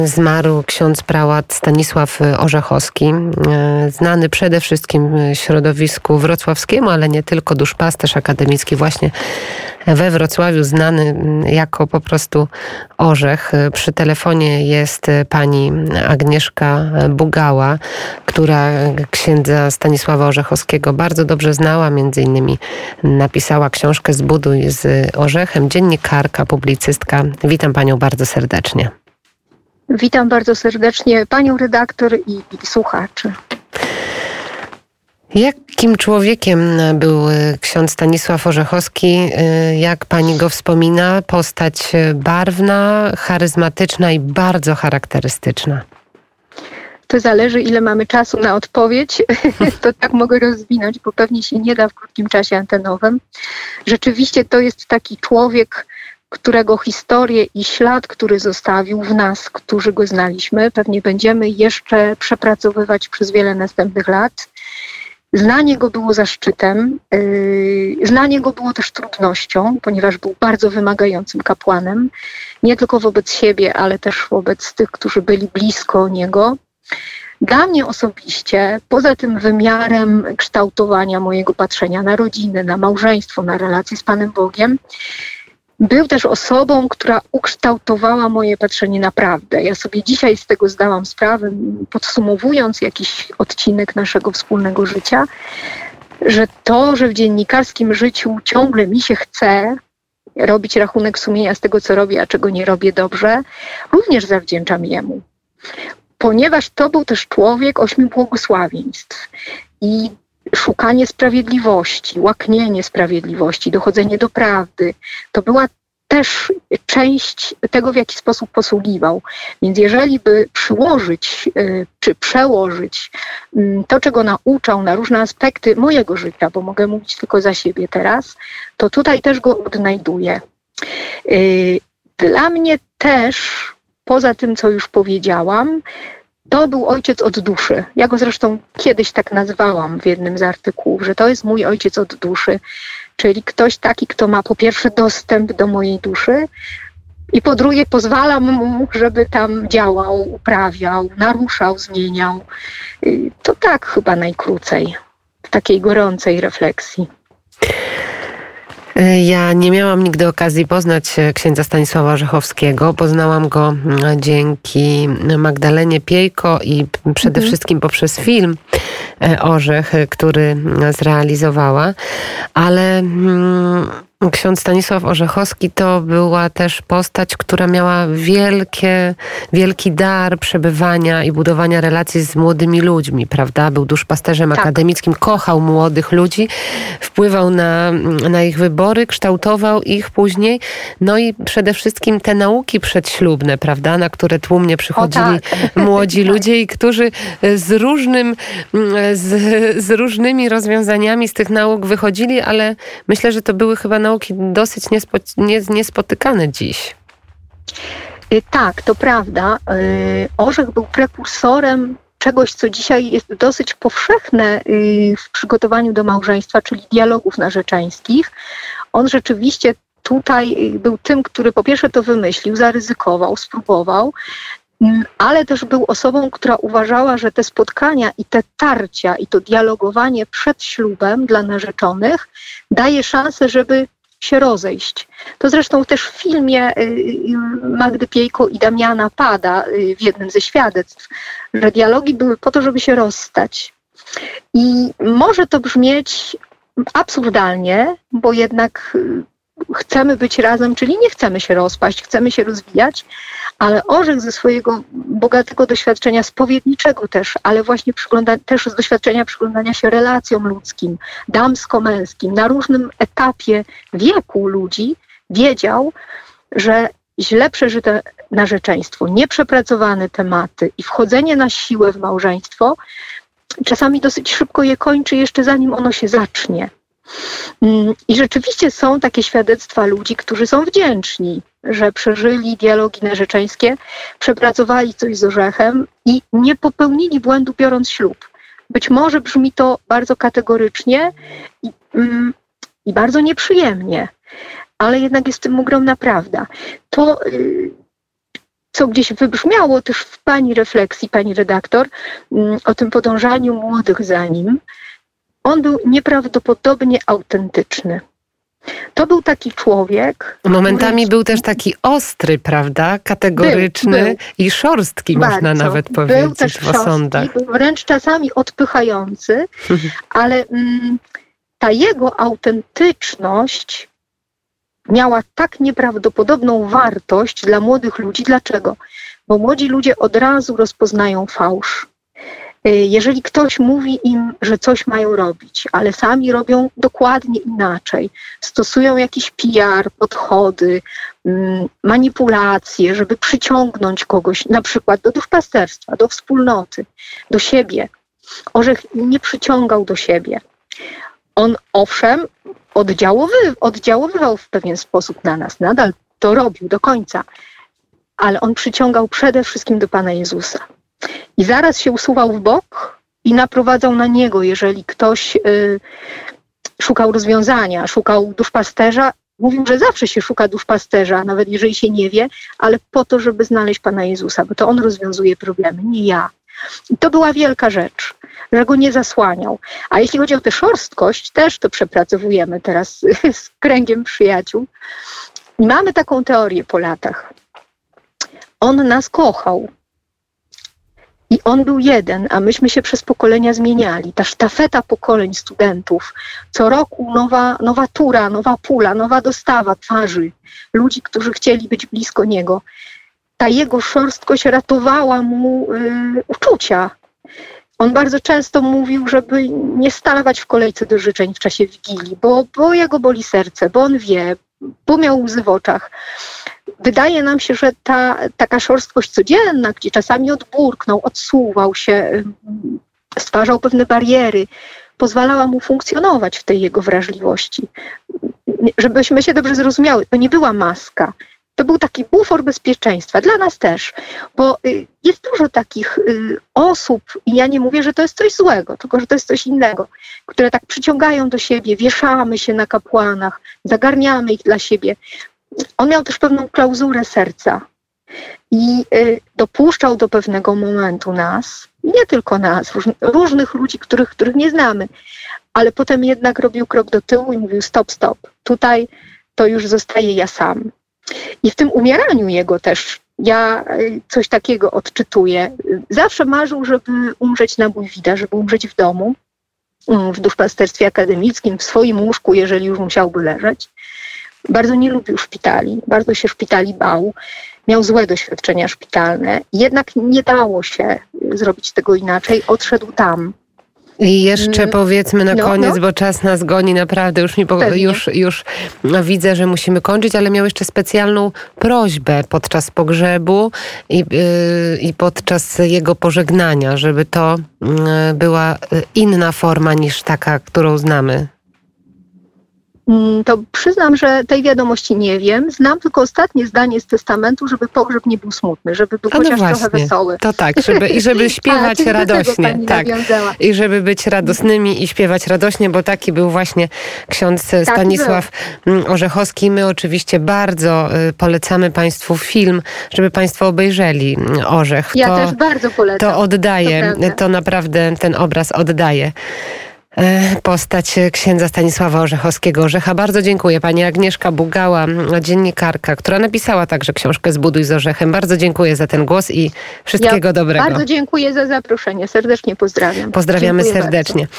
Zmarł ksiądz prałat Stanisław Orzechowski, znany przede wszystkim środowisku wrocławskiemu, ale nie tylko, duszpasterz akademicki właśnie we Wrocławiu, znany jako po prostu Orzech. Przy telefonie jest pani Agnieszka Bugała, która księdza Stanisława Orzechowskiego bardzo dobrze znała, między innymi napisała książkę Zbuduj z Orzechem, dziennikarka, publicystka. Witam panią bardzo serdecznie. Witam bardzo serdecznie panią redaktor i słuchaczy. Jakim człowiekiem był ksiądz Stanisław Orzechowski? Jak pani go wspomina? Postać barwna, charyzmatyczna i bardzo charakterystyczna. To zależy, ile mamy czasu na odpowiedź. To tak mogę rozwinąć, bo pewnie się nie da w krótkim czasie antenowym. Rzeczywiście to jest taki człowiek, którego historię i ślad, który zostawił w nas, którzy go znaliśmy, pewnie będziemy jeszcze przepracowywać przez wiele następnych lat. Znanie go było zaszczytem, znanie go było też trudnością, ponieważ był bardzo wymagającym kapłanem, nie tylko wobec siebie, ale też wobec tych, którzy byli blisko niego. Dla mnie osobiście, poza tym wymiarem kształtowania mojego patrzenia na rodzinę, na małżeństwo, na relacje z Panem Bogiem, był też osobą, która ukształtowała moje patrzenie na prawdę. Ja sobie dzisiaj z tego zdałam sprawę, podsumowując jakiś odcinek naszego wspólnego życia, że to, że w dziennikarskim życiu ciągle mi się chce robić rachunek sumienia z tego, co robię, a czego nie robię dobrze, również zawdzięczam jemu. Ponieważ to był też człowiek 8 błogosławieństw i szukanie sprawiedliwości, łaknienie sprawiedliwości, dochodzenie do prawdy, to była też część tego, w jaki sposób posługiwał. Więc jeżeli by przyłożyć czy przełożyć to, czego nauczał na różne aspekty mojego życia, bo mogę mówić tylko za siebie teraz, to tutaj też go odnajduję. Dla mnie też, poza tym, co już powiedziałam, to był ojciec od duszy. Ja go zresztą kiedyś tak nazwałam w jednym z artykułów, że to jest mój ojciec od duszy, czyli ktoś taki, kto ma po pierwsze dostęp do mojej duszy i po drugie pozwalam mu, żeby tam działał, uprawiał, naruszał, zmieniał. To tak chyba najkrócej, w takiej gorącej refleksji. Ja nie miałam nigdy okazji poznać księdza Stanisława Orzechowskiego. Poznałam go dzięki Magdalenie Piejko i przede wszystkim poprzez film Orzech, który zrealizowała. Ale ksiądz Stanisław Orzechowski to była też postać, która miała wielki dar przebywania i budowania relacji z młodymi ludźmi, prawda? Był duszpasterzem akademickim, kochał młodych ludzi, wpływał na ich wybory, kształtował ich później. No i przede wszystkim te nauki przedślubne, prawda? Na które tłumnie przychodzili młodzi ludzie i którzy z różnymi rozwiązaniami z tych nauk wychodzili, ale myślę, że to były chyba nauki dosyć niespotykane dziś. Tak, to prawda. Orzech był prekursorem czegoś, co dzisiaj jest dosyć powszechne w przygotowaniu do małżeństwa, czyli dialogów narzeczeńskich. On rzeczywiście tutaj był tym, który po pierwsze to wymyślił, zaryzykował, spróbował, ale też był osobą, która uważała, że te spotkania i te tarcia i to dialogowanie przed ślubem dla narzeczonych daje szansę, żeby się rozejść. To zresztą też w filmie Magdy Piejko i Damiana pada w jednym ze świadectw, że dialogi były po to, żeby się rozstać. I może to brzmieć absurdalnie, bo jednak chcemy być razem, czyli nie chcemy się rozpaść, chcemy się rozwijać, ale Orzech ze swojego bogatego doświadczenia spowiedniczego też, ale właśnie też z doświadczenia przyglądania się relacjom ludzkim, damsko-męskim, na różnym etapie wieku ludzi, wiedział, że źle przeżyte narzeczeństwo, nieprzepracowane tematy i wchodzenie na siłę w małżeństwo czasami dosyć szybko je kończy, jeszcze zanim ono się zacznie. I rzeczywiście są takie świadectwa ludzi, którzy są wdzięczni, że przeżyli dialogi narzeczeńskie, przepracowali coś z Orzechem i nie popełnili błędu, biorąc ślub. Być może brzmi to bardzo kategorycznie i bardzo nieprzyjemnie, ale jednak jest w tym ogromna prawda. To co gdzieś wybrzmiało też w pani refleksji, pani redaktor, o tym podążaniu młodych za nim, on był nieprawdopodobnie autentyczny. To był taki człowiek... Momentami był też taki ostry, prawda? Kategoryczny i szorstki, można nawet powiedzieć, był też w osądach. Był wręcz czasami odpychający, ale ta jego autentyczność miała tak nieprawdopodobną wartość dla młodych ludzi. Dlaczego? Bo młodzi ludzie od razu rozpoznają fałsz. Jeżeli ktoś mówi im, że coś mają robić, ale sami robią dokładnie inaczej, stosują jakiś PR, podchody, manipulacje, żeby przyciągnąć kogoś, na przykład do duszpasterstwa, do wspólnoty, do siebie. Orzech nie przyciągał do siebie. On owszem oddziaływał w pewien sposób na nas, nadal to robił do końca, ale on przyciągał przede wszystkim do Pana Jezusa. I zaraz się usuwał w bok i naprowadzał na niego, jeżeli ktoś szukał rozwiązania, szukał duszpasterza. Mówił, że zawsze się szuka duszpasterza, nawet jeżeli się nie wie, ale po to, żeby znaleźć Pana Jezusa, bo to On rozwiązuje problemy, nie ja. I to była wielka rzecz, że go nie zasłaniał. A jeśli chodzi o tę szorstkość, też to przepracowujemy teraz z kręgiem przyjaciół. I mamy taką teorię po latach. On nas kochał. I on był jeden, a myśmy się przez pokolenia zmieniali. Ta sztafeta pokoleń studentów, co roku nowa tura, nowa pula, nowa dostawa twarzy ludzi, którzy chcieli być blisko niego. Ta jego szorstkość ratowała mu uczucia. On bardzo często mówił, żeby nie stawać w kolejce do życzeń w czasie Wigilii, bo jego boli serce, bo on wie, bo miał łzy w oczach. Wydaje nam się, że taka szorstkość codzienna, gdzie czasami odburknął, odsuwał się, stwarzał pewne bariery, pozwalała mu funkcjonować w tej jego wrażliwości. Żebyśmy się dobrze zrozumiały, to nie była maska. To był taki bufor bezpieczeństwa, dla nas też, bo jest dużo takich osób, i ja nie mówię, że to jest coś złego, tylko że to jest coś innego, które tak przyciągają do siebie, wieszamy się na kapłanach, zagarniamy ich dla siebie. On miał też pewną klauzurę serca i dopuszczał do pewnego momentu nas, nie tylko nas, różnych ludzi, których nie znamy, ale potem jednak robił krok do tyłu i mówił stop, tutaj to już zostaję ja sam. I w tym umieraniu jego też ja coś takiego odczytuję. Zawsze marzył, żeby umrzeć na bój wida, żeby umrzeć w domu, w duszpasterstwie akademickim, w swoim łóżku, jeżeli już musiałby leżeć. Bardzo nie lubił szpitali, bardzo się szpitali bał. Miał złe doświadczenia szpitalne. Jednak nie dało się zrobić tego inaczej. Odszedł tam. I jeszcze powiedzmy na koniec, bo czas nas goni naprawdę, już widzę, że musimy kończyć, ale miał jeszcze specjalną prośbę podczas pogrzebu i podczas jego pożegnania, żeby to była inna forma niż taka, którą znamy. To przyznam, że tej wiadomości nie wiem. Znam tylko ostatnie zdanie z testamentu, żeby pogrzeb nie był smutny, żeby był chociaż trochę wesoły. To tak, żeby śpiewać radośnie. Tak. I żeby być radosnymi i śpiewać radośnie, bo taki był właśnie ksiądz Stanisław Orzechowski. My oczywiście bardzo polecamy Państwu film, żeby Państwo obejrzeli Orzech. Ja też bardzo polecam. To oddaje, to naprawdę ten obraz oddaje postać księdza Stanisława Orzechowskiego. Orzecha. Bardzo dziękuję. Pani Agnieszka Bugała, dziennikarka, która napisała także książkę Zbuduj z Orzechem. Bardzo dziękuję za ten głos i wszystkiego dobrego. Bardzo dziękuję za zaproszenie. Serdecznie pozdrawiam. Pozdrawiamy serdecznie. Bardzo.